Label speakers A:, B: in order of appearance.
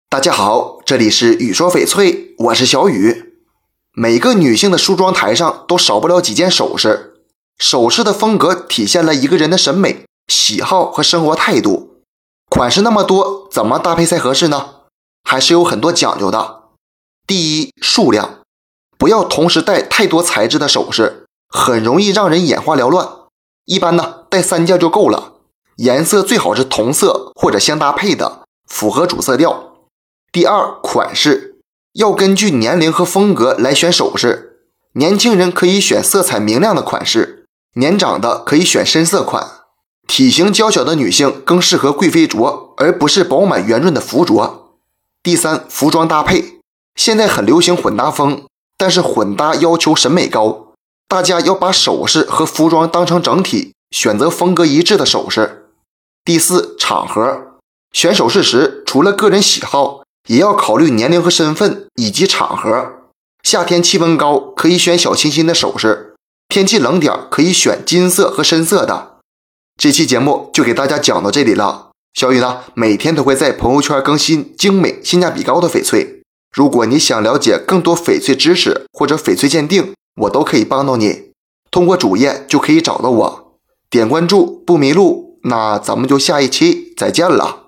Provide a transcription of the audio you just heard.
A: 大家好，这里是雨说翡翠，我是小雨。每个女性的梳妆台上都少不了几件首饰，首饰的风格体现了一个人的审美、喜好和生活态度。款式那么多，怎么搭配才合适呢？还是有很多讲究的。第一，数量，不要同时戴太多材质的首饰，很容易让人眼花缭乱。一般呢，戴3件就够了，颜色最好是同色或者相搭配的，符合主色调。第二，款式，要根据年龄和风格来选首饰。年轻人可以选色彩明亮的款式，年长的可以选深色款。体型娇小的女性更适合贵妃镯，而不是饱满圆润的福镯。第三，服装搭配，现在很流行混搭风，但是混搭要求审美高，大家要把首饰和服装当成整体，选择风格一致的首饰。第四，场合，选首饰时除了个人喜好，也要考虑年龄和身份以及场合。夏天气温高，可以选小清新的首饰，天气冷点可以选金色和深色的。这期节目就给大家讲到这里了。小雨呢，每天都会在朋友圈更新精美性价比高的翡翠。如果你想了解更多翡翠知识或者翡翠鉴定，我都可以帮到你。通过主页就可以找到我，点关注不迷路。那咱们就下一期再见了。